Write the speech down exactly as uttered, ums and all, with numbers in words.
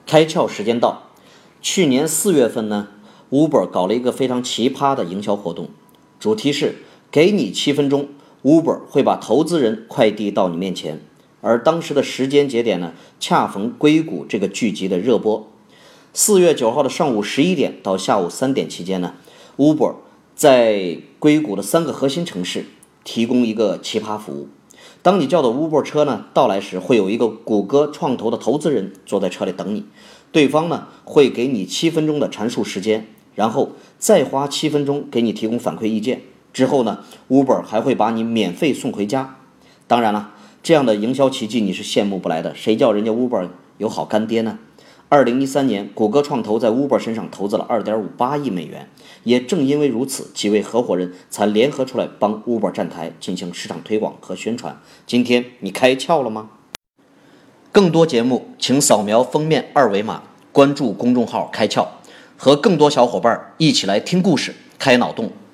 开窍时间到。去年四月份呢 ，Uber 搞了一个非常奇葩的营销活动，主题是给你七分钟 ，Uber 会把投资人快递到你面前。而当时的时间节点呢，恰逢硅谷这个剧集的热播。四月九号的上午十一点到下午三点期间呢 ，Uber 在硅谷的三个核心城市提供一个奇葩服务。当你叫的 Uber 车呢到来时，会有一个谷歌创投的投资人坐在车里等你，对方呢会给你七分钟的阐述时间，然后再花七分钟给你提供反馈意见。之后呢 ，Uber 还会把你免费送回家。当然了，这样的营销奇迹你是羡慕不来的，谁叫人家 Uber 有好干爹呢？二零一三年，谷歌创投在 Uber 身上投资了 二点五八亿美元，也正因为如此，几位合伙人才联合出来帮 Uber 站台，进行市场推广和宣传。今天你开窍了吗？更多节目请扫描封面二维码，关注公众号开窍，和更多小伙伴一起来听故事，开脑洞。